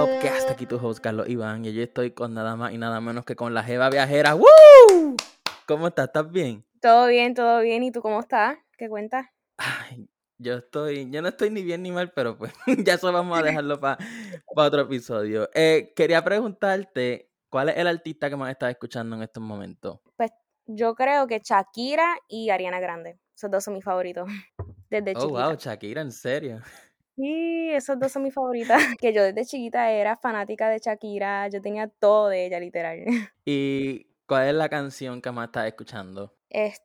Podcast, aquí tu host Carlos Iván y yo estoy con nada más y nada menos que con la Jeva Viajera. ¡Woo! ¿Cómo estás? ¿Estás bien? Todo bien. ¿Y tú cómo estás? ¿Qué cuentas? Ay, yo no estoy ni bien ni mal, pero pues ya eso vamos a dejarlo para otro episodio. Quería preguntarte, ¿cuál es el artista que más estás escuchando en estos momentos? Pues yo creo que Shakira y Ariana Grande. Esos dos son mis favoritos desde Oh, wow, chiquita. Shakira, ¿en serio? Sí, esos dos son mis favoritas. Que yo desde chiquita era fanática de Shakira. Yo tenía todo de ella, literal. ¿Y cuál es la canción que más estás escuchando?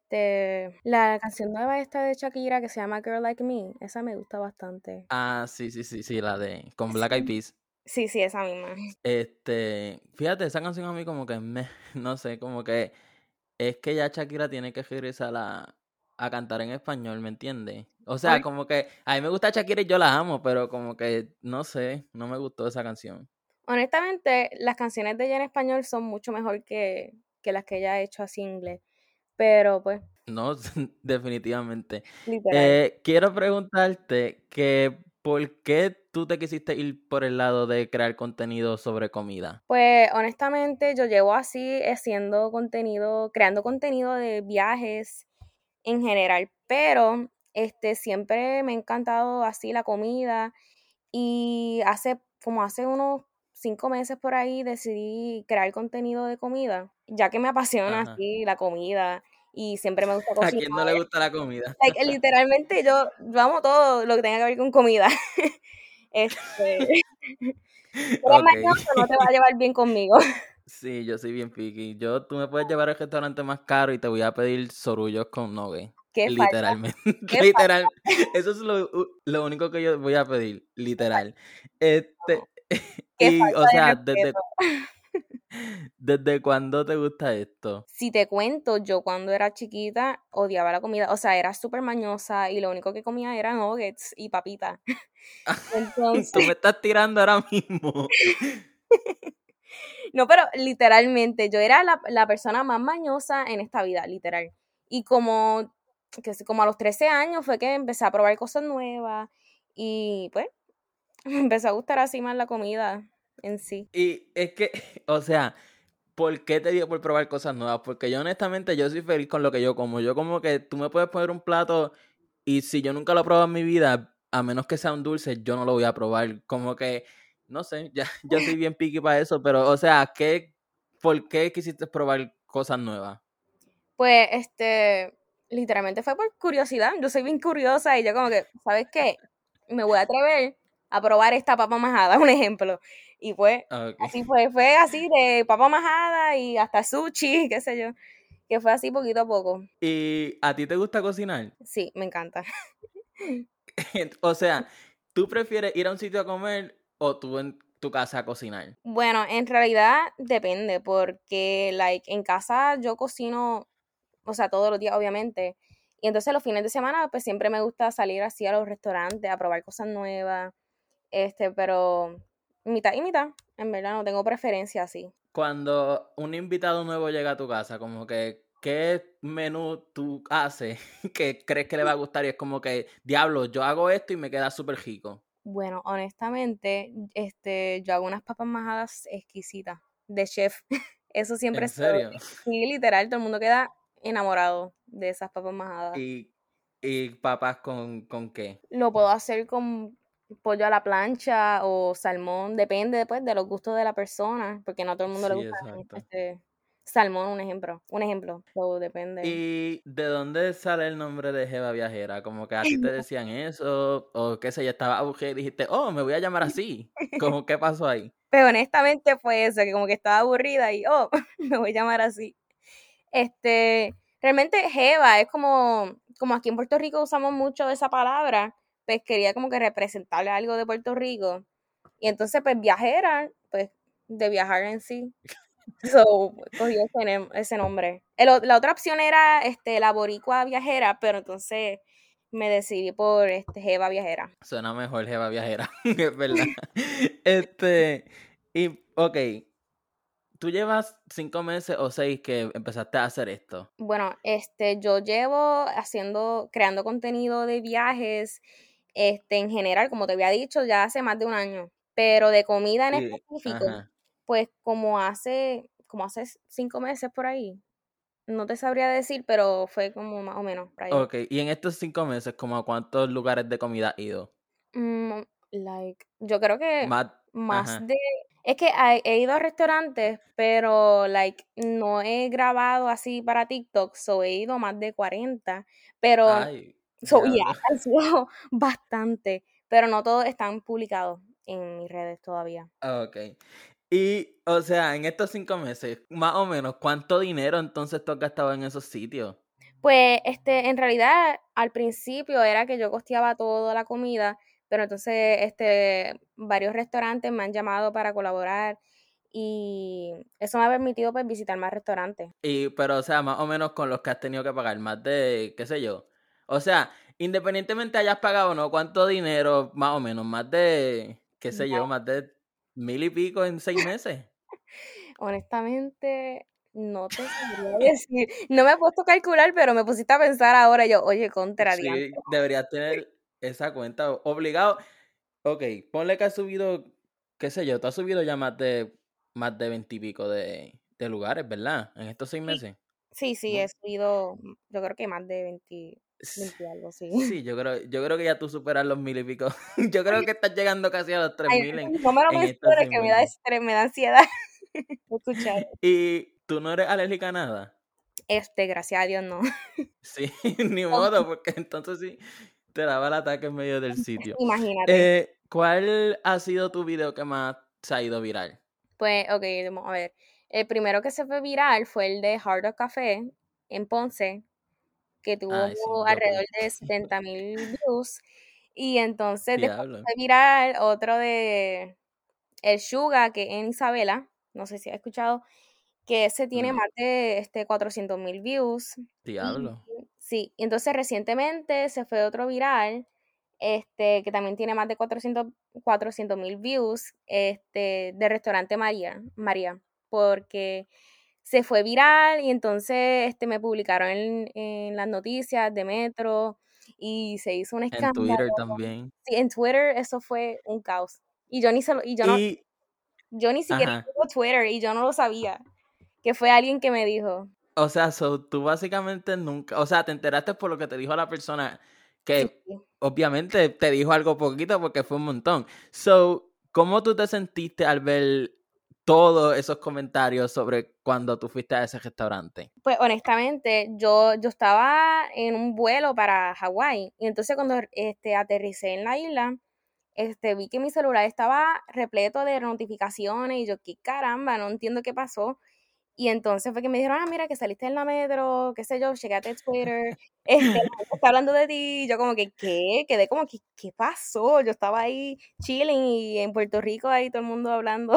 La canción nueva esta de Shakira que se llama Girl Like Me, esa me gusta bastante. Ah, sí, la de con Black Eyed Sí, Peas. sí, esa misma. Fíjate, esa canción a mí como que no sé, como que es que ya Shakira tiene que regresar a cantar en español, ¿me entiendes? O sea, Hon- como que a mí me gusta Shakira y yo la amo, pero como que, no sé, no me gustó esa canción. Honestamente, las canciones de ella en español son mucho mejor que las que ella ha hecho así en inglés. Pero pues, No, definitivamente. literal. Quiero preguntarte que ¿por qué tú te quisiste ir por el lado de crear contenido sobre comida? Pues honestamente yo llevo así haciendo contenido, creando contenido de viajes en general, pero siempre me ha encantado así la comida y hace unos 5 meses por ahí decidí crear contenido de comida, ya que me apasiona Ajá. así la comida y siempre me gusta ¿A cocinar. quién no le gusta la comida? Like, literalmente yo amo todo lo que tenga que ver con comida. Este, si eres Ok. mañoso, no te va a llevar bien conmigo. Sí, yo soy bien picky. Tú me puedes llevar al restaurante más caro y te voy a pedir sorullos con nuggets. Qué falta, Literalmente. qué falta. Literal. Eso es lo único que yo voy a pedir. Literal. Este. Qué Y, falta o de sea, respeto. ¿desde cuándo te gusta esto? Si te cuento, yo cuando era chiquita odiaba la comida, o sea, era súper mañosa y lo único que comía era nuggets y papitas. Tú Entonces, me estás tirando ahora mismo. no, pero literalmente yo era la persona más mañosa en esta vida, literal. Y como a los 13 años fue que empecé a probar cosas nuevas y pues me empezó a gustar así más la comida en sí. Y es que, o sea, ¿por qué te dio por probar cosas nuevas? Porque yo honestamente yo soy feliz con lo que yo como. Yo como que tú me puedes poner un plato y si yo nunca lo he probado en mi vida, a menos que sea un dulce, yo no lo voy a probar. Como que, no sé, ya, yo soy bien picky para eso, pero o sea, ¿por qué quisiste probar cosas nuevas? Pues, literalmente fue por curiosidad. Yo soy bien curiosa y yo como que, ¿sabes qué? Me voy a atrever a probar esta papa majada, un ejemplo. Y pues, Okay. así fue así de papa majada y hasta sushi, qué sé yo, que fue así poquito a poco. ¿Y a ti te gusta cocinar? Sí, me encanta. O sea, ¿tú prefieres ir a un sitio a comer o tú en tu casa a cocinar? Bueno, en realidad depende, porque, like, en casa yo cocino, o sea, todos los días, obviamente. Y entonces los fines de semana, pues siempre me gusta salir así a los restaurantes, a probar cosas nuevas. Pero mitad y mitad, en verdad no tengo preferencia así. Cuando un invitado nuevo llega a tu casa, como que, ¿qué menú tú haces que crees que le va a gustar? Y es como que, diablo, yo hago esto y me queda súper rico. Bueno, honestamente, yo hago unas papas majadas exquisitas de chef. Eso siempre ¿En es serio? sí, literal, todo el mundo queda enamorado de esas papas majadas. ¿Y, y papas con qué? Lo puedo hacer con pollo a la plancha o salmón, depende pues de los gustos de la persona, porque no a todo el mundo le Sí, gusta exacto. salmón, un ejemplo, so, depende. ¿Y de dónde sale el nombre de Jeva Viajera? Como que a ti te decían eso, o qué sé yo, estaba aburrida y dijiste, oh, me voy a llamar así. Como, ¿qué pasó ahí? Pero honestamente fue eso, que como que estaba aburrida y, oh, me voy a llamar así. Realmente Jeva es como aquí en Puerto Rico usamos mucho esa palabra, pues quería como que representarle algo de Puerto Rico. Y entonces, pues viajera, pues de viajar en sí. So, cogí ese nombre. La otra opción era la boricua viajera, pero entonces me decidí por Jeva viajera. Suena mejor Jeva Viajera, es verdad. Y, ok, tú llevas 5 meses o 6 que empezaste a hacer esto. Bueno, yo llevo creando contenido de viajes, en general, como te había dicho, ya hace más de un año. pero de comida en Y, específico, ajá. pues como hace 5 meses por ahí. No te sabría decir, pero fue como más o menos por ahí. Ok, y en estos 5 meses, ¿como a cuántos lugares de comida has ido? Yo creo que Más, más ajá. de... Es que he ido a restaurantes, pero, no he grabado así para TikTok, so he ido más de 40, pero, Ay, so yeah, diablo. han sido bastante, pero no todos están publicados en mis redes todavía. Ok. Y, o sea, en estos 5 meses, más o menos, ¿cuánto dinero entonces tú has gastado en esos sitios? Pues, en realidad, al principio era que yo costeaba toda la comida, pero entonces, varios restaurantes me han llamado para colaborar y eso me ha permitido, pues, visitar más restaurantes. Y, pero, o sea, más o menos con los que has tenido que pagar, más de, qué sé yo. O sea, independientemente hayas pagado o no, ¿cuánto dinero, más o menos? Más de, qué sé yo, más de 1,000 y pico en 6 meses. Honestamente, no te sabría decir. No me he puesto a calcular, pero me pusiste a pensar ahora, y yo, oye, contra diantre. Sí, deberías tener esa cuenta obligado. Ok, ponle que has subido, qué sé yo, tú has subido ya más de 20 y pico de lugares, ¿verdad? En estos seis Sí, meses. sí, sí, he ¿No? subido, yo creo que más de 20 S- 20 algo, sí. Sí, yo creo que ya tú superas los 1,000 y pico. Yo creo que estás llegando casi a los tres Ay, mil no me lo en estos menciones, seis que me da meses. estrés, me da ansiedad escuchar. ¿Y tú no eres alérgica a nada? Gracias a Dios, no. Sí, ni modo, porque entonces sí te daba el ataque en medio del sitio. Imagínate. ¿Cuál ha sido tu video que más se ha ido viral? Pues, okey, vamos a ver. El primero que se fue viral fue el de Hard Rock Café en Ponce, que tuvo Ay, sí, yo alrededor fui. de 70,000 views. Y entonces después Diablo. fue viral otro de el Suga, que es en Isabela, no sé si has escuchado, que ese tiene No, más de 400,000 views. Y diablo. sí, entonces recientemente se fue otro viral, que también tiene más de 400,000 views, del restaurante María, porque se fue viral y entonces me publicaron en las noticias de Metro y se hizo un En escándalo. Twitter también. Sí, en Twitter eso fue un caos. Y yo ni se lo, y Y, yo ni siquiera ajá. tengo Twitter y yo no lo sabía, que fue alguien que me dijo. O sea, tú básicamente nunca, o sea, te enteraste por lo que te dijo la persona Sí, que obviamente te dijo algo poquito porque fue un montón. So, ¿cómo tú te sentiste al ver todos esos comentarios sobre cuando tú fuiste a ese restaurante? pues honestamente, yo estaba en un vuelo para Hawái y entonces cuando aterricé en la isla, vi que mi celular estaba repleto de notificaciones y yo, qué caramba, no entiendo qué pasó. Y entonces fue que me dijeron, mira, que saliste en la metro, qué sé yo, chequeate Twitter, la gente está hablando de ti, y yo como que, ¿qué? Quedé como que, ¿qué pasó? Yo estaba ahí chilling y en Puerto Rico ahí todo el mundo hablando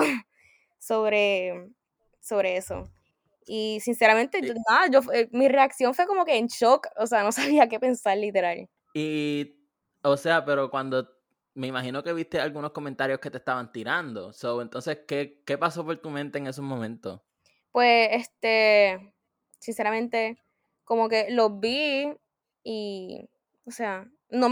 sobre, sobre eso. Y sinceramente, Y, nada, mi reacción fue como que en shock, o sea, no sabía qué pensar literal. y, o sea, pero cuando me imagino que viste algunos comentarios que te estaban tirando. So, entonces, ¿qué pasó por tu mente en esos momentos? Pues, sinceramente, como que los vi y, o sea,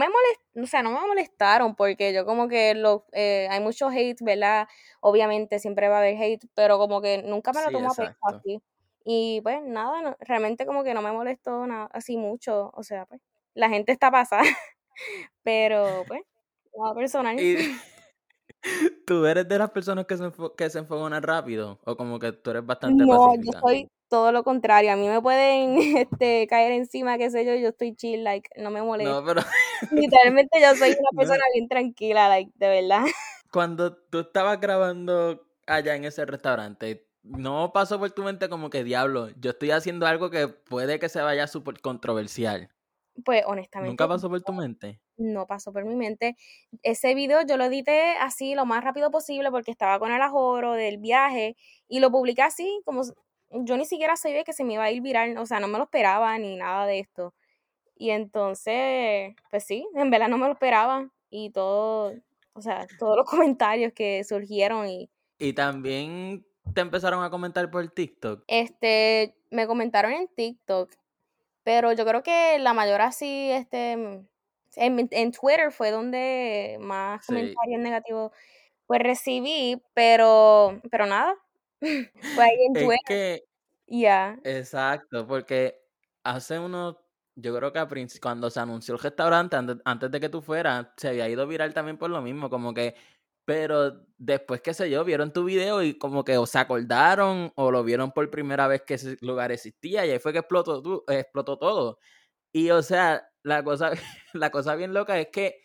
no me molestaron porque yo como que hay mucho hate, ¿verdad? Obviamente siempre va a haber hate, pero como que nunca me lo Sí, tomo a pecho exacto. así. Y pues nada, realmente como que no me molestó nada, así mucho, o sea, pues la gente está pasada, pero pues, nada personal. Y ¿tú eres de las personas que se enfogonan rápido? ¿O como que tú eres bastante No, yo pacífica? soy todo lo contrario. A mí me pueden, caer encima, qué sé yo, yo estoy chill, no me molesta. No, pero Literalmente yo soy una persona no, bien tranquila, de verdad. cuando tú estabas grabando allá en ese restaurante, ¿no pasó por tu mente como que diablo, yo estoy haciendo algo que puede que se vaya súper controversial? Pues honestamente ¿Nunca pasó por tu mente? no pasó por mi mente. Ese video yo lo edité así lo más rápido posible porque estaba con el ajoro del viaje y lo publiqué así yo ni siquiera sabía que se me iba a ir viral, o sea, no me lo esperaba ni nada de esto. Y entonces, pues sí, en verdad no me lo esperaba y todo, o sea, todos los comentarios que surgieron y Y también te empezaron a comentar por TikTok. me comentaron en TikTok, pero yo creo que la mayor así, en Twitter fue donde más Sí. comentarios negativos Pues recibí, pero nada. Fue ahí en Es Twitter. que, Ya. exacto, porque hace unos, yo creo que cuando se anunció el restaurante, antes de que tú fueras, se había ido viral también por lo mismo, como que, pero después, qué sé yo, vieron tu video y como que o se acordaron o lo vieron por primera vez que ese lugar existía y ahí fue que explotó todo. Y o sea, la cosa, la cosa bien loca es que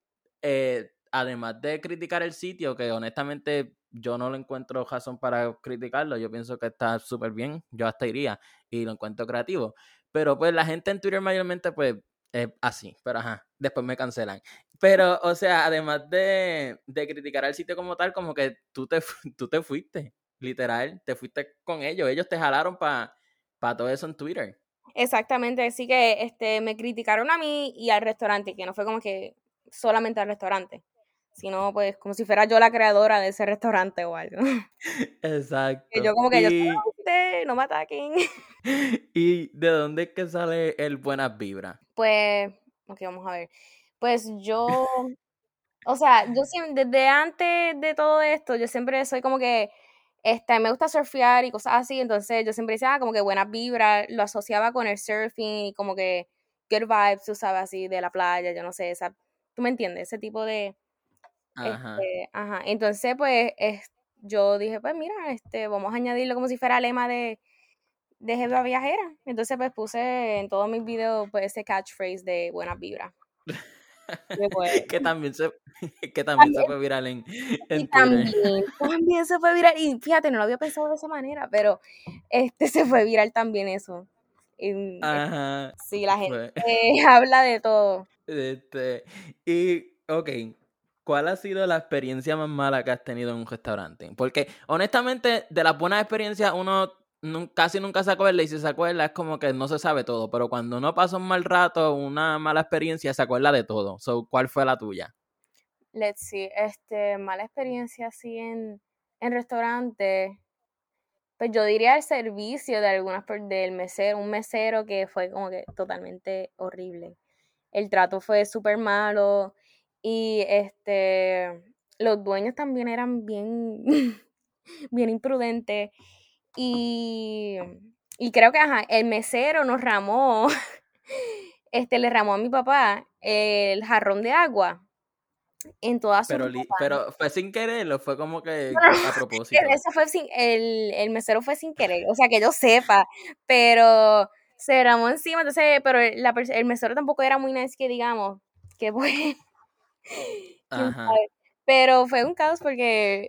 además de criticar el sitio, que honestamente yo no le encuentro razón para criticarlo, yo pienso que está súper bien, yo hasta iría y lo encuentro creativo. Pero pues la gente en Twitter mayormente pues es así, pero ajá, después me cancelan. Pero, o sea, además de criticar al sitio como tal, como que tú te fuiste, literal, te fuiste con ellos te jalaron para todo eso en Twitter. Exactamente, así que me criticaron a mí y al restaurante, que no fue como que solamente al restaurante, sino pues como si fuera yo la creadora de ese restaurante o algo. Que yo Exacto. como que yo solamente, no me ataquen. ¿Y de dónde es que sale el Buenas Vibras? Pues, ok, vamos a ver. Pues yo, o sea, yo siempre, desde antes de todo esto, yo siempre soy como que, me gusta surfear y cosas así, entonces yo siempre decía, como que buenas vibras, lo asociaba con el surfing y como que good vibes, tú sabes, así, de la playa, yo no sé, tú me entiendes, ese tipo de, Ajá. ajá, entonces pues, yo dije, pues mira, vamos a añadirlo como si fuera lema de Jeva Viajera, entonces pues puse en todos mis videos, pues, ese catchphrase de buenas vibras. Y pues, que también se, que también se también, fue viral y en Twitter. también se fue viral. Y fíjate, no lo había pensado de esa manera, pero se fue viral también eso. Y, Ajá. sí, la gente Fue. habla de todo. Este, y, ok, ¿cuál ha sido la experiencia más mala que has tenido en un restaurante? Porque, honestamente, de las buenas experiencias, uno casi nunca se acuerda, y si se acuerda es como que no se sabe todo, pero cuando uno pasa un mal rato, una mala experiencia, se acuerda de todo. So, ¿cuál fue la tuya? Let's see, mala experiencia así en restaurantes. Pues yo diría el servicio de del mesero, un mesero que fue como que totalmente horrible. El trato fue súper malo y los dueños también eran bien, bien imprudentes y, y creo que ajá, el mesero nos ramó, le ramó a mi papá el jarrón de agua en toda su ropa. Pero fue sin querer o fue como No, que no, no, a propósito. eso fue el mesero fue sin querer, o sea, que yo sepa, pero se derramó encima, entonces, pero el mesero tampoco era muy nice que digamos, que pues, quién Ajá. sabe, pero fue un caos porque,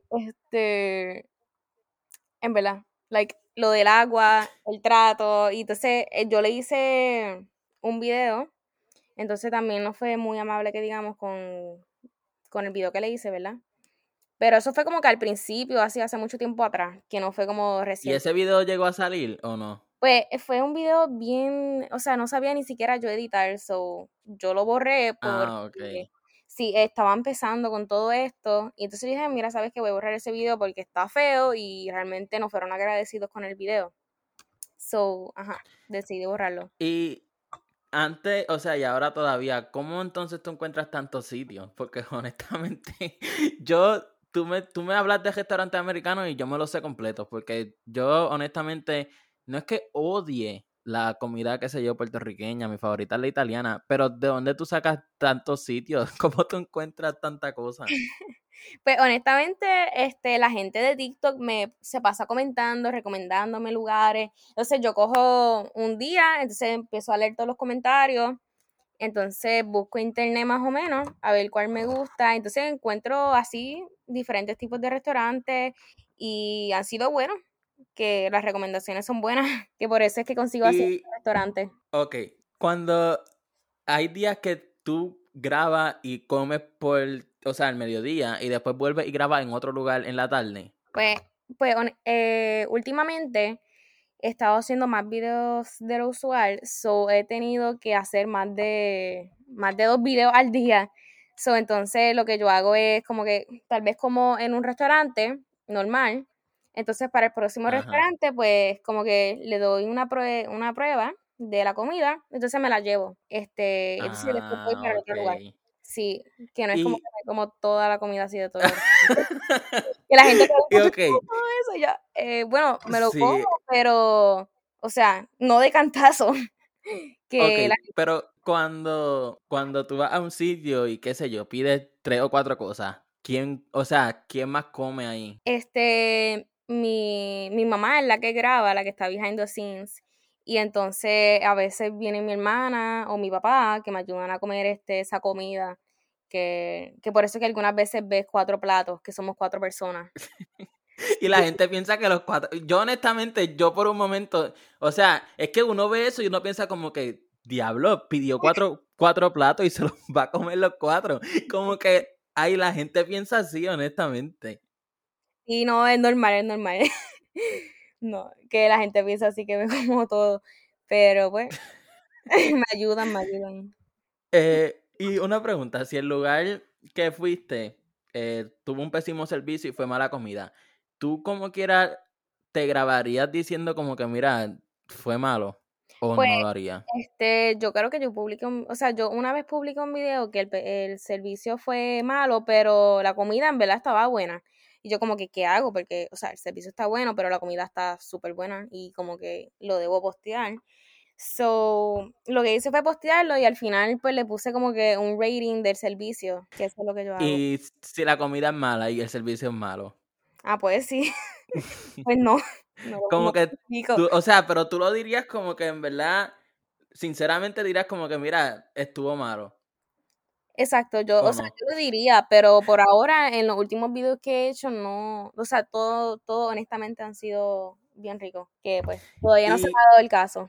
en verdad, like, lo del agua, el trato, y entonces yo le hice un video, entonces también no fue muy amable que digamos con el video que le hice, ¿verdad? Pero eso fue como que al principio, así hace mucho tiempo atrás, que no fue como ¿Y reciente. ese video llegó a salir o no? Pues fue un video bien, o sea, no sabía ni siquiera yo editar, so yo lo borré Ah, ok. porque sí, estaba empezando con todo esto, y entonces dije, mira, sabes que voy a borrar ese video porque está feo y realmente no fueron agradecidos con el video. So, ajá, decidí borrarlo. Y antes, o sea, y ahora todavía, ¿cómo entonces tú encuentras tantos sitios? Porque honestamente, tú me hablas de restaurantes americanos y yo me los sé completos, porque yo honestamente, no es que odie la comida, qué sé yo, puertorriqueña, mi favorita es la italiana, pero ¿de dónde tú sacas tantos sitios? ¿Cómo tú encuentras tanta cosa? Pues honestamente, la gente de TikTok se pasa comentando, recomendándome lugares. Entonces yo cojo un día, entonces empiezo a leer todos los comentarios. Entonces busco internet más o menos a ver cuál me gusta. Entonces encuentro así diferentes tipos de restaurantes y han sido buenos, que las recomendaciones son buenas, que por eso es que consigo así Y, restaurantes. ok, cuando hay días que tú grabas y comes o sea, al mediodía y después vuelves y grabas en otro lugar en la tarde. Pues, últimamente he estado haciendo más videos de lo usual, so he tenido que hacer más de 2 videos al día. So, entonces lo que yo hago es como que tal vez como en un restaurante normal. Entonces para el próximo Ajá. restaurante pues como que le doy una prueba de la comida, entonces me la llevo. Entonces después voy para el Ah, otro lugar. ok. Sí, que no es como que Y, me como toda la comida así de todos los restaurantes. Que la gente y pregunta, ¿tú ok, comes todo eso? Y yo, bueno, me lo como, sí, pero, o sea, no de cantazo. ok, Que la pero cuando tú vas a un sitio y qué sé yo, pides 3 o 4 cosas, o sea, ¿quién más come ahí? mi mamá es la que graba, la que está behind the scenes. Y entonces a veces viene mi hermana o mi papá que me ayudan a comer esa comida. Que por eso que algunas veces ves 4 platos, que somos 4 personas. Y la gente piensa que los 4. Yo honestamente, yo por un momento, o sea, es que uno ve eso y uno piensa como que, diablo, pidió 4 platos y se los va a comer los 4. Como que, ay, la gente piensa así, honestamente. Y no, es normal, es normal. No, que la gente piensa así que me como todo. Pero pues, me ayudan, me ayudan. Y una pregunta, si el lugar que fuiste tuvo un pésimo servicio y fue mala comida, ¿tú como quiera te grabarías diciendo como que, mira, fue malo o Pues, no lo harías? yo creo que yo publiqué o sea, yo una vez publiqué un video que el servicio fue malo, pero la comida en verdad estaba buena. Y yo como que, ¿qué hago? Porque, o sea, el servicio está bueno, pero la comida está súper buena y como que lo debo postear. So, lo que hice fue postearlo y al final pues le puse como que un rating del servicio, que eso es lo que yo hago. Y si la comida es mala y el servicio es malo. Ah, pues sí, pues no, no, no Como que publico. tú, o sea, pero tú lo dirías como que en verdad, sinceramente dirías como que, mira, estuvo malo, Exacto, o ¿o sea, no? yo lo diría, pero por ahora en los últimos videos que he hecho no, o sea, todo honestamente han sido bien ricos, que pues todavía no se me ¿Y ha dado el caso.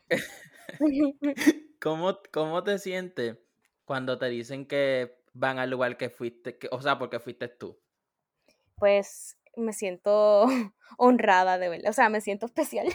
cómo te sientes cuando te dicen que van al lugar que fuiste, o sea, porque fuiste tú? Pues me siento honrada de verdad, o sea, me siento especial.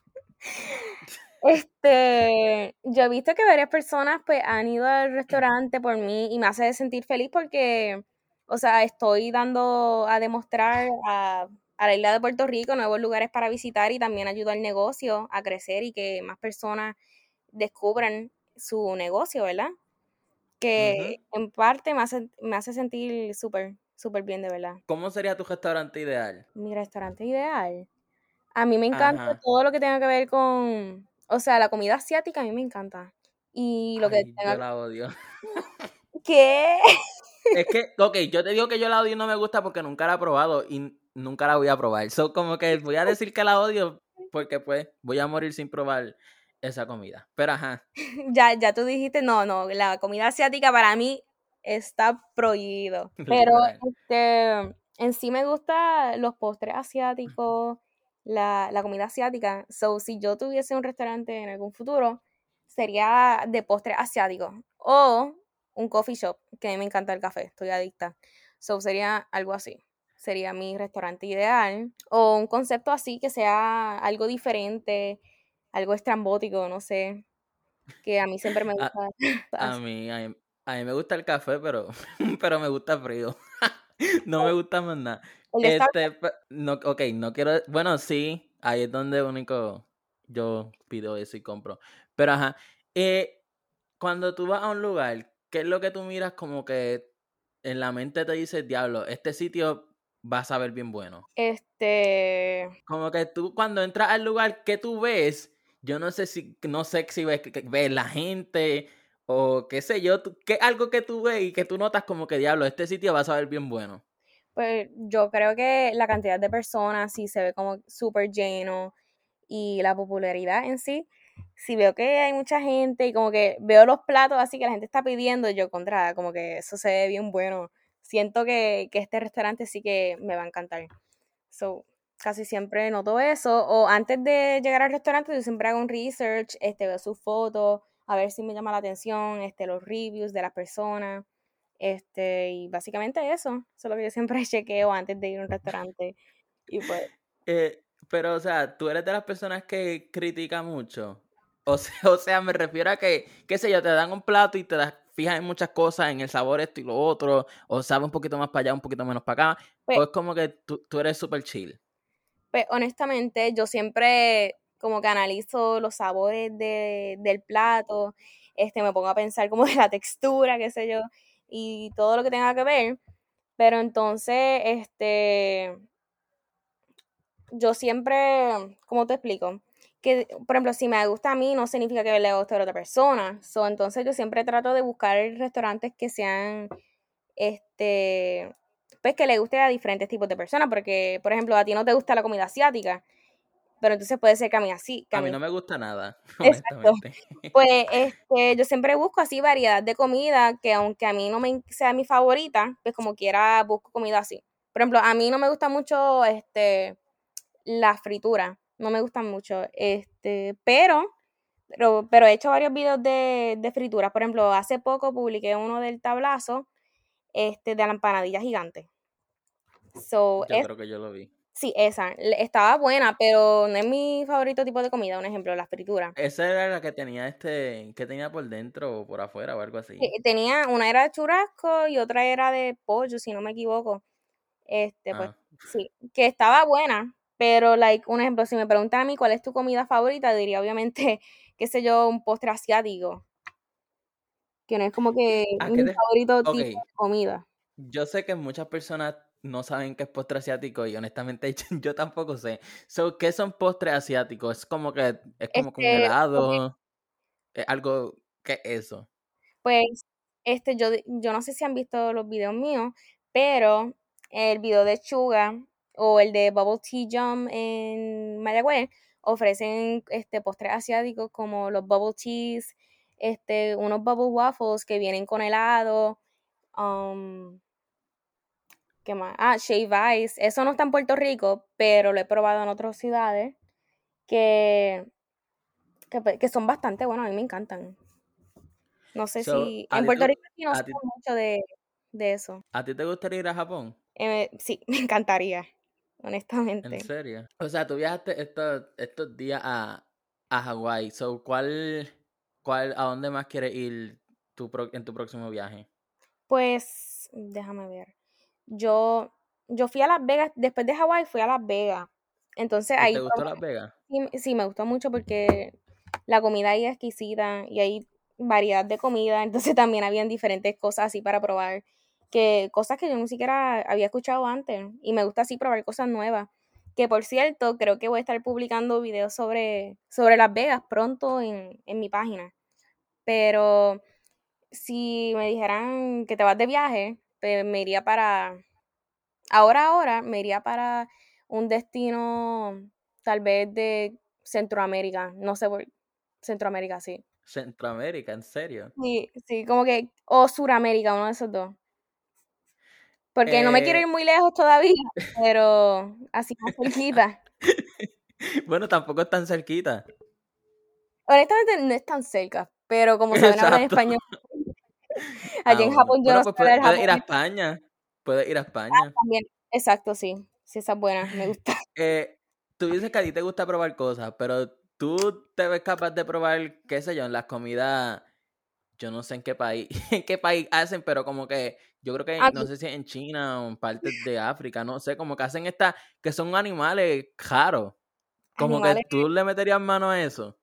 Yo he visto que varias personas pues han ido al restaurante por mí y me hace sentir feliz porque, o sea, estoy dando a demostrar a la isla de Puerto Rico nuevos lugares para visitar y también ayuda al negocio a crecer y que más personas descubran su negocio, ¿verdad? Ujú. Que en parte me hace sentir súper, súper bien, de verdad. ¿Cómo sería tu restaurante ideal? Mi restaurante ideal. A mí me encanta Ajá. todo lo que tenga que ver con, o sea, la comida asiática a mí me encanta. Y lo que Ay, tenga yo la odio. ¿Qué? Es que, ok, yo te digo que yo la odio y no me gusta porque nunca la he probado y nunca la voy a probar. So, como que voy a decir que la odio porque pues voy a morir sin probar esa comida. Pero ajá, Ya tú dijiste, no, no, la comida asiática para mí está prohibido. Pero literal. en sí me gustan los postres asiáticos, la comida asiática. So, si yo tuviese un restaurante en algún futuro, sería de postres asiáticos. O un coffee shop, que a mí me encanta el café, estoy adicta. So, sería algo así. Sería mi restaurante ideal. O un concepto así que sea algo diferente, algo estrambótico, no sé, que a mí siempre me A, gusta. a Así. mí, a mí, a mí me gusta el café, pero, pero me gusta frío. No me gusta más nada. El de Starbucks, No, ok, no quiero, bueno, sí, ahí es donde único yo pido eso y compro. Pero ajá, eh, cuando tú vas a un lugar, ¿qué es lo que tú miras como que en la mente te dice, diablo, este sitio va a saber bien bueno? Como que tú cuando entras al lugar, ¿qué tú ves? Yo no sé si ves la gente o qué sé yo, ¿qué algo que tú ves y que tú notas como que, diablo, este sitio va a saber bien bueno? pues yo creo que la cantidad de personas sí se ve como súper lleno y la popularidad en sí. Si veo que hay mucha gente y como que veo los platos así que la gente está pidiendo, yo contra, como que eso se ve bien bueno. Siento que este restaurante sí que me va a encantar. So, casi siempre noto eso. O antes de llegar al restaurante, yo siempre hago un research, veo sus fotos, a ver si me llama la atención, los reviews de las personas. Y básicamente eso es lo que yo siempre chequeo antes de ir a un restaurante. Y pues, Pero, o sea, tú eres de las personas que critica mucho. O sea, o sea, me refiero a que, qué sé yo, te dan un plato y te fijas en muchas cosas, en el sabor esto y lo otro, o sabe un poquito más para allá, un poquito menos para acá, pues, o es como que tú eres súper chill. pues, honestamente, yo siempre como que analizo los sabores del plato, me pongo a pensar como de la textura, qué sé yo, y todo lo que tenga que ver. Pero entonces, yo siempre, ¿cómo te explico? Que, por ejemplo, si me gusta a mí, no significa que le guste a la otra persona. Entonces yo siempre trato de buscar restaurantes que sean, pues que le guste a diferentes tipos de personas, porque, por ejemplo, a ti no te gusta la comida asiática, pero entonces puede ser que a mí así, que a A mí mí. no me gusta nada, Exacto. honestamente. Pues, yo siempre busco así variedad de comida que aunque a mí no me sea mi favorita, pues como quiera busco comida así. Por ejemplo, a mí no me gusta mucho, las frituras, no me gustan mucho, pero he hecho varios videos de frituras. Por ejemplo, hace poco publiqué uno del tablazo, de la empanadilla gigante. Yo creo que yo lo vi. Sí, esa, estaba buena, pero no es mi favorito tipo de comida, un ejemplo, la fritura. Esa era la que tenía que tenía por dentro o por afuera o algo así. Una era de churrasco y otra era de pollo, si no me equivoco. Pues Ah. sí, que estaba buena, pero, like, un ejemplo, si me preguntan a mí cuál es tu comida favorita, diría obviamente, qué sé yo, un postre asiático, que no es como que ¿A qué mi te...? favorito Ok, tipo de comida. yo sé que muchas personas no saben qué es postre asiático y honestamente yo tampoco sé. So, ¿qué son postres asiáticos? Es como que es como que un Ok, helado, es algo, ¿qué es eso? pues, yo no sé si han visto los videos míos, pero el video de Suga o el de Bubble Tea Jump en Mayagüez ofrecen postres asiáticos como los bubble teas, unos bubble waffles que vienen con helado, um, ¿qué más? Ah, Shave Ice. Eso no está en Puerto Rico, pero lo he probado en otras ciudades que, que son bastante buenos, a mí me encantan. No sé So, si en Puerto Rico sí no a sé ti, mucho de eso. a ti te gustaría ir a Japón? Sí, me encantaría, ¿En honestamente. serio? O sea, tú viajaste estos días a Hawái. So, a dónde más quieres ir en tu próximo viaje? Pues, déjame ver. Yo, yo fui a Las Vegas, después de Hawái fui a Las Vegas. Entonces ¿Y te ahí gustó Las Vegas? sí, me gustó mucho porque la comida ahí es exquisita y hay variedad de comida. Entonces también habían diferentes cosas así para probar, cosas que yo ni siquiera había escuchado antes. Y me gusta así probar cosas nuevas. Que por cierto, creo que voy a estar publicando videos sobre Las Vegas pronto en mi página. Pero si me dijeran que te vas de viaje, pues me iría ahora me iría para un destino tal vez de Centroamérica, no sé por Centroamérica, sí. Centroamérica, ¿en serio? Sí, sí, como que, o Suramérica, uno de esos dos. Porque no me quiero ir Eh, muy lejos todavía, pero así más cerquita. bueno, tampoco es tan cerquita. Honestamente no es tan cerca, pero como saben hablar en Exacto. español, allá Ah, en bueno. Japón yo Bueno, no sé pues hablar puedes ir a japonés España. Puedes ir a España. también. Exacto, sí. Sí, esa es buena, me gusta. Eh, tú dices que a ti te gusta probar cosas, pero tú te ves capaz de probar, qué sé yo, en las comidas, yo no sé en qué país, en qué país hacen, pero como que yo creo que, A no mí, sé si en China o en partes de África, no sé, como que hacen que son animales raros. Como que animales, tú le meterías mano a eso.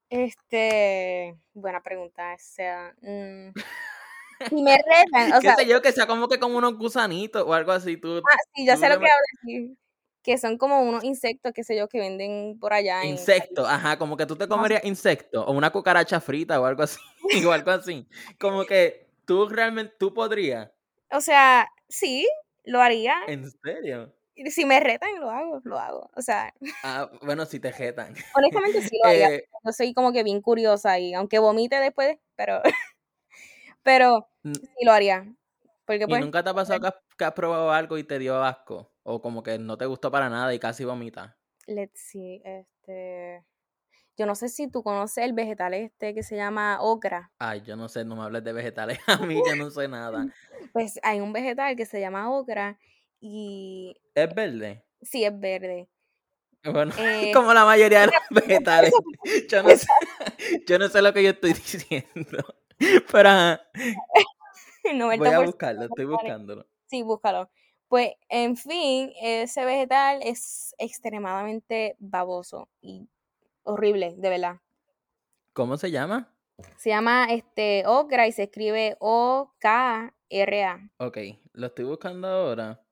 buena pregunta, o sea, si me retan, o Qué sea, sé yo, que sea como que como unos gusanitos o algo así, sí, yo tú sé lo le que metes... hablo, sí, que son como unos insectos, qué sé yo, que venden por allá en Insecto, ajá, como que tú te no sé. comerías insecto o una cucaracha frita o algo así, o algo así. Como que tú realmente, tú podrías. O sea, sí, lo haría. ¿En serio? Y si me retan, lo hago. O sea, Ah, bueno, si te jetan. honestamente sí lo haría. Eh, Yo soy como que bien curiosa y aunque vomite después, pero, pero n- sí lo haría. Porque ¿Y pues, nunca te ha pasado que has probado algo y te dio asco? O como que no te gustó para nada y casi vomitas. let's see, yo no sé si tú conoces el vegetal que se llama okra. Ay, yo no sé, no me hables de vegetales. A mí yo no sé nada. Pues hay un vegetal que se llama okra y ¿Es verde? sí es verde. Bueno, Eh, como la mayoría de los vegetales. Yo no sé, esa- yo no sé lo que yo estoy diciendo. Pero ajá, voy a 90% buscarlo, estoy vegetales. buscándolo. Sí, búscalo. Pues, en fin, ese vegetal es extremadamente baboso y horrible, de verdad. ¿Cómo se llama? Se llama okra y se escribe OKRA. R.A. Ok, lo estoy buscando ahora.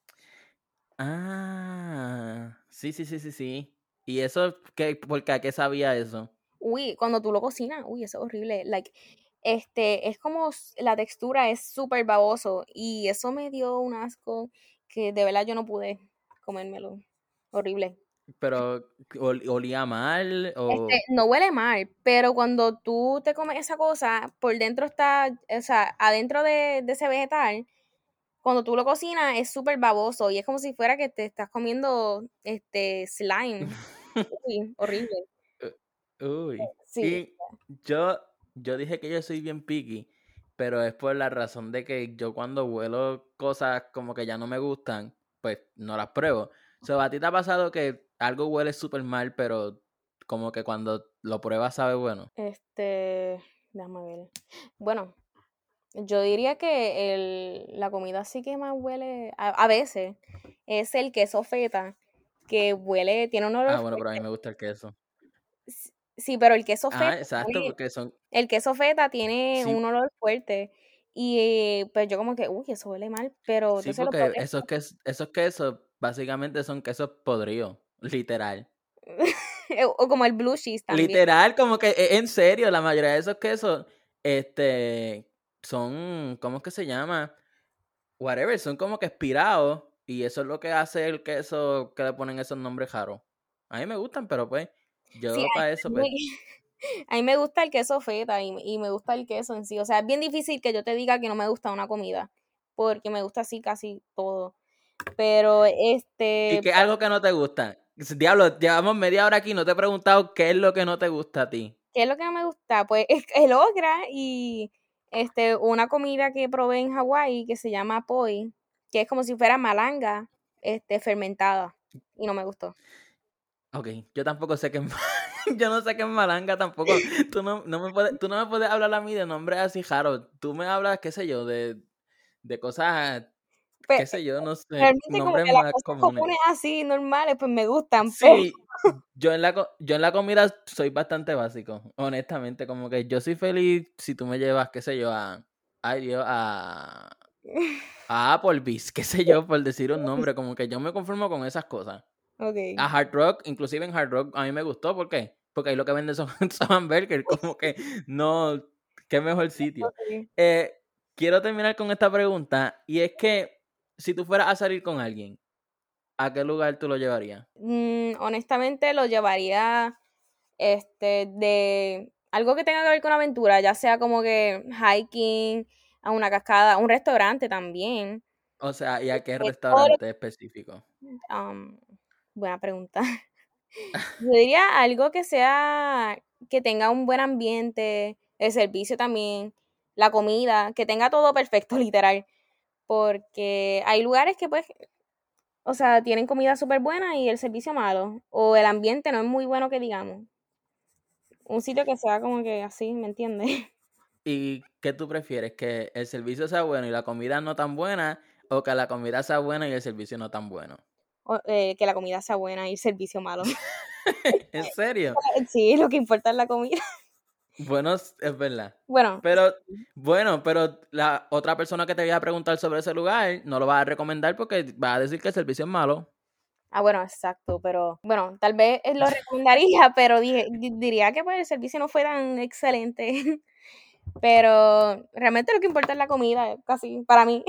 Sí. ¿Y eso qué? ¿Por qué? ¿A qué sabía eso? Uy, cuando tú lo cocinas, uy, eso es horrible. Like, es como la textura es súper baboso y eso me dio un asco que de verdad yo no pude comérmelo. Horrible. Pero, ¿olía mal o...? No huele mal, pero cuando tú te comes esa cosa, por dentro está, o sea, adentro de ese vegetal, cuando tú lo cocinas es súper baboso y es como si fuera que te estás comiendo slime. Uy, horrible. Uy. Sí. Y yo dije que yo soy bien picky, pero es por la razón de que yo cuando huelo cosas como que ya no me gustan, pues no las pruebo. So, ¿a ti te ha pasado que algo huele súper mal, pero como que cuando lo pruebas sabe bueno? Déjame ver. Bueno, yo diría que la comida sí que más huele, a veces, es el queso feta, que huele, tiene un olor Ah, bueno, pero a mí fuerte. me gusta el queso. Sí, pero el queso Ah, feta exacto, porque son... el queso feta tiene Sí, un olor fuerte. Y pues yo como que, uy, eso huele mal, pero sí, entonces lo porque probé. esos quesos básicamente son quesos podridos, literal. O como el blue cheese también. Literal, como que en serio, la mayoría de esos quesos, son, ¿cómo es que se llama? Whatever, son como que expirados y eso es lo que hace el queso que le ponen esos nombres raros. A mí me gustan, pero pues, Sí, yo para eso, pues, a mí me gusta el queso feta y me gusta el queso en sí. O sea, es bien difícil que yo te diga que no me gusta una comida, porque me gusta así casi todo. Pero ¿y qué es algo que no te gusta? Diablo, llevamos media hora aquí, no te he preguntado qué es lo que no te gusta a ti. ¿qué es lo que no me gusta? Pues es el okra y una comida que probé en Hawái que se llama poi, que es como si fuera malanga, fermentada. Y no me gustó. Ok, yo tampoco sé qué es yo no sé qué es malanga tampoco. Tú no me puedes hablar a mí de nombres así raros. Tú me hablas, qué sé yo, de cosas, Pues qué sé yo, no sé, realmente como nombres que las más cosas comunes. comunes así, normales, pues me gustan, pero Sí, yo en la comida soy bastante básico, honestamente, como que yo soy feliz si tú me llevas, qué sé yo, ay Dios, a Applebee's, qué sé yo, por decir un nombre, como que yo me conformo con esas cosas. A ok. Hard Rock, inclusive en Hard Rock a mí me gustó, ¿por qué? Porque ahí lo que venden son, son hamburgers, como que no, qué mejor sitio. Ok. Eh, quiero terminar con esta pregunta, y es que si tú fueras a salir con alguien, ¿a qué lugar tú lo llevarías? Honestamente lo llevaría de algo que tenga que ver con aventura, ya sea como que hiking, a una cascada, a un restaurante también. O sea, ¿y a qué Todo restaurante específico? um, buena pregunta. Yo diría algo que sea, que tenga un buen ambiente, el servicio también, la comida, que tenga todo perfecto, literal. Porque hay lugares que pues, o sea, tienen comida súper buena y el servicio malo, o el ambiente no es muy bueno que digamos. Un sitio que sea como que así, ¿me entiendes? ¿Y qué tú prefieres? ¿Que el servicio sea bueno y la comida no tan buena? ¿O que la comida sea buena y el servicio no tan bueno? Que la comida sea buena y el servicio malo. ¿En serio? Sí, lo que importa es la comida. Bueno, es verdad. Bueno, Pero, bueno, pero la otra persona que te vaya a preguntar sobre ese lugar no lo va a recomendar porque va a decir que el servicio es malo. bueno, exacto, pero bueno, tal vez lo recomendaría, pero diría que pues el servicio no fue tan excelente. Pero realmente lo que importa es la comida, casi, para mí.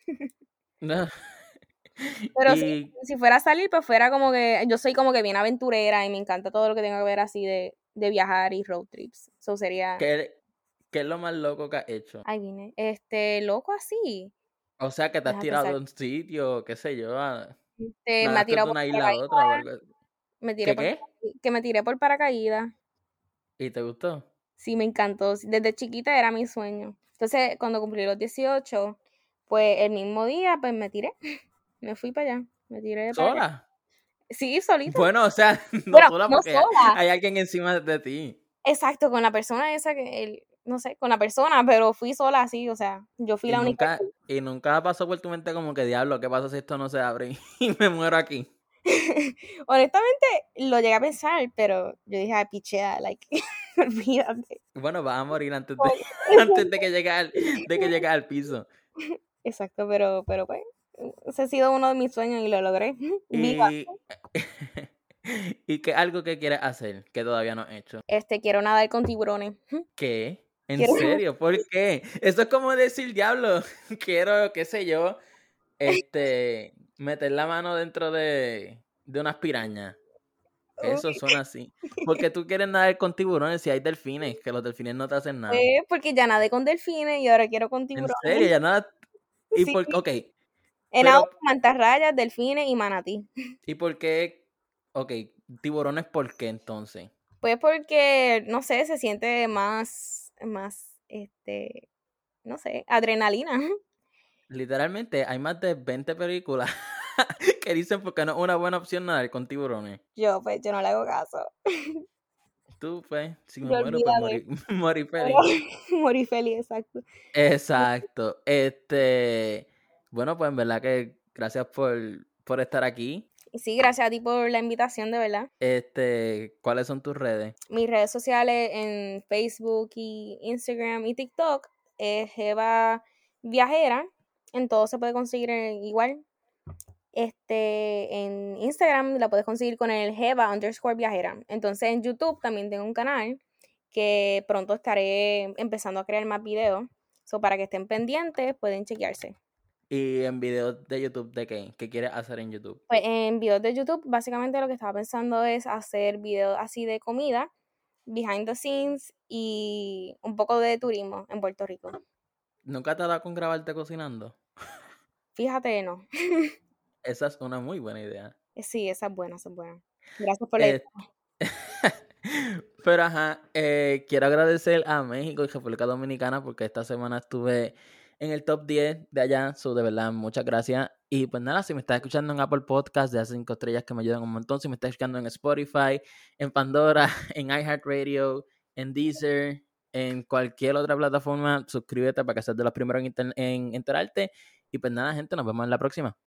No. Pero sí, ¿Y si fuera a salir, pues fuera como que, yo soy como que bien aventurera y me encanta todo lo que tenga que ver así de viajar y road trips. Eso sería, qué, qué es lo más loco que has hecho? ahí vine, loco así, O sea, que te has déjame tirado pensar. de un sitio, qué sé yo, Me ha nadaste tirado de por una isla a otra o paracaídas, algo. me tiré ¿Qué por, qué? que me tiré por paracaídas. ¿Y te gustó? Sí, me encantó. Desde chiquita era mi sueño. Entonces, cuando cumplí los 18 pues el mismo día, pues me tiré. Me fui para allá. Me tiré de paracaídas. ¿Sola? Sí, solita. Bueno, o sea, no Bueno, sola no porque sola. hay alguien encima de ti. Exacto, con la persona esa no sé, con la persona, pero fui sola así, o sea, yo fui la única. Y nunca pasó por tu mente como que diablo, ¿qué pasa si esto no se abre y me muero aquí? Honestamente, lo llegué a pensar, pero yo dije, ay, pichea, like, olvídate. Bueno, vas a morir antes de, Por- antes de que llegue al piso. Exacto, pero pues, ese ha sido uno de mis sueños y lo logré. Viva. Y, y que algo que quieres hacer que todavía no has hecho. Quiero nadar con tiburones. ¿Qué? ¿En Quiero, serio? ¿Por qué? Eso es como decir, diablo, quiero, qué sé yo, meter la mano dentro de unas pirañas. Eso suena así. Porque tú quieres nadar con tiburones si hay delfines, que los delfines no te hacen nada. porque ya nadé con delfines y ahora quiero con ¿En tiburones. serio? Ya nada. ¿Y Sí, por ok, he nadado pero con mantarrayas, delfines y manatí. ¿y por qué? Ok, tiburones, ¿por qué entonces? Pues porque, no sé, se siente más, no sé, adrenalina. Literalmente hay más de 20 películas que dicen porque no es una buena opción nadar con tiburones. Yo no le hago caso. Tú, pues, si me Yo muero, pues olvídate. morí feliz. Morí feliz, exacto. Exacto. Bueno, pues en verdad que gracias por estar aquí. Y sí, gracias a ti por la invitación, de verdad. ¿Cuáles son tus redes? Mis redes sociales en Facebook y Instagram y TikTok es Jeva Viajera. En todo se puede conseguir igual. En Instagram la puedes conseguir con el Jeva_viajera. Entonces en YouTube también tengo un canal que pronto estaré empezando a crear más videos. So, para que estén pendientes, pueden chequearse. Y en videos de YouTube, ¿de qué? ¿Qué quieres hacer en YouTube? Pues en videos de YouTube, básicamente lo que estaba pensando es hacer videos así de comida, behind the scenes y un poco de turismo en Puerto Rico. ¿Nunca te ha dado con grabarte cocinando? Fíjate, no. Esa es una muy buena idea. Sí, esa es buena, esa es buena. Gracias por la idea. Eh, Pero ajá, quiero agradecer a México y República Dominicana porque esta semana estuve en el top 10 de allá, de verdad, muchas gracias. Y pues nada, si me estás escuchando en Apple Podcast, de hace 5 estrellas que me ayudan un montón, si me estás escuchando en Spotify, en Pandora, en iHeartRadio, en Deezer, en cualquier otra plataforma, suscríbete para que seas de los primeros en enterarte. Y pues nada, gente, nos vemos en la próxima.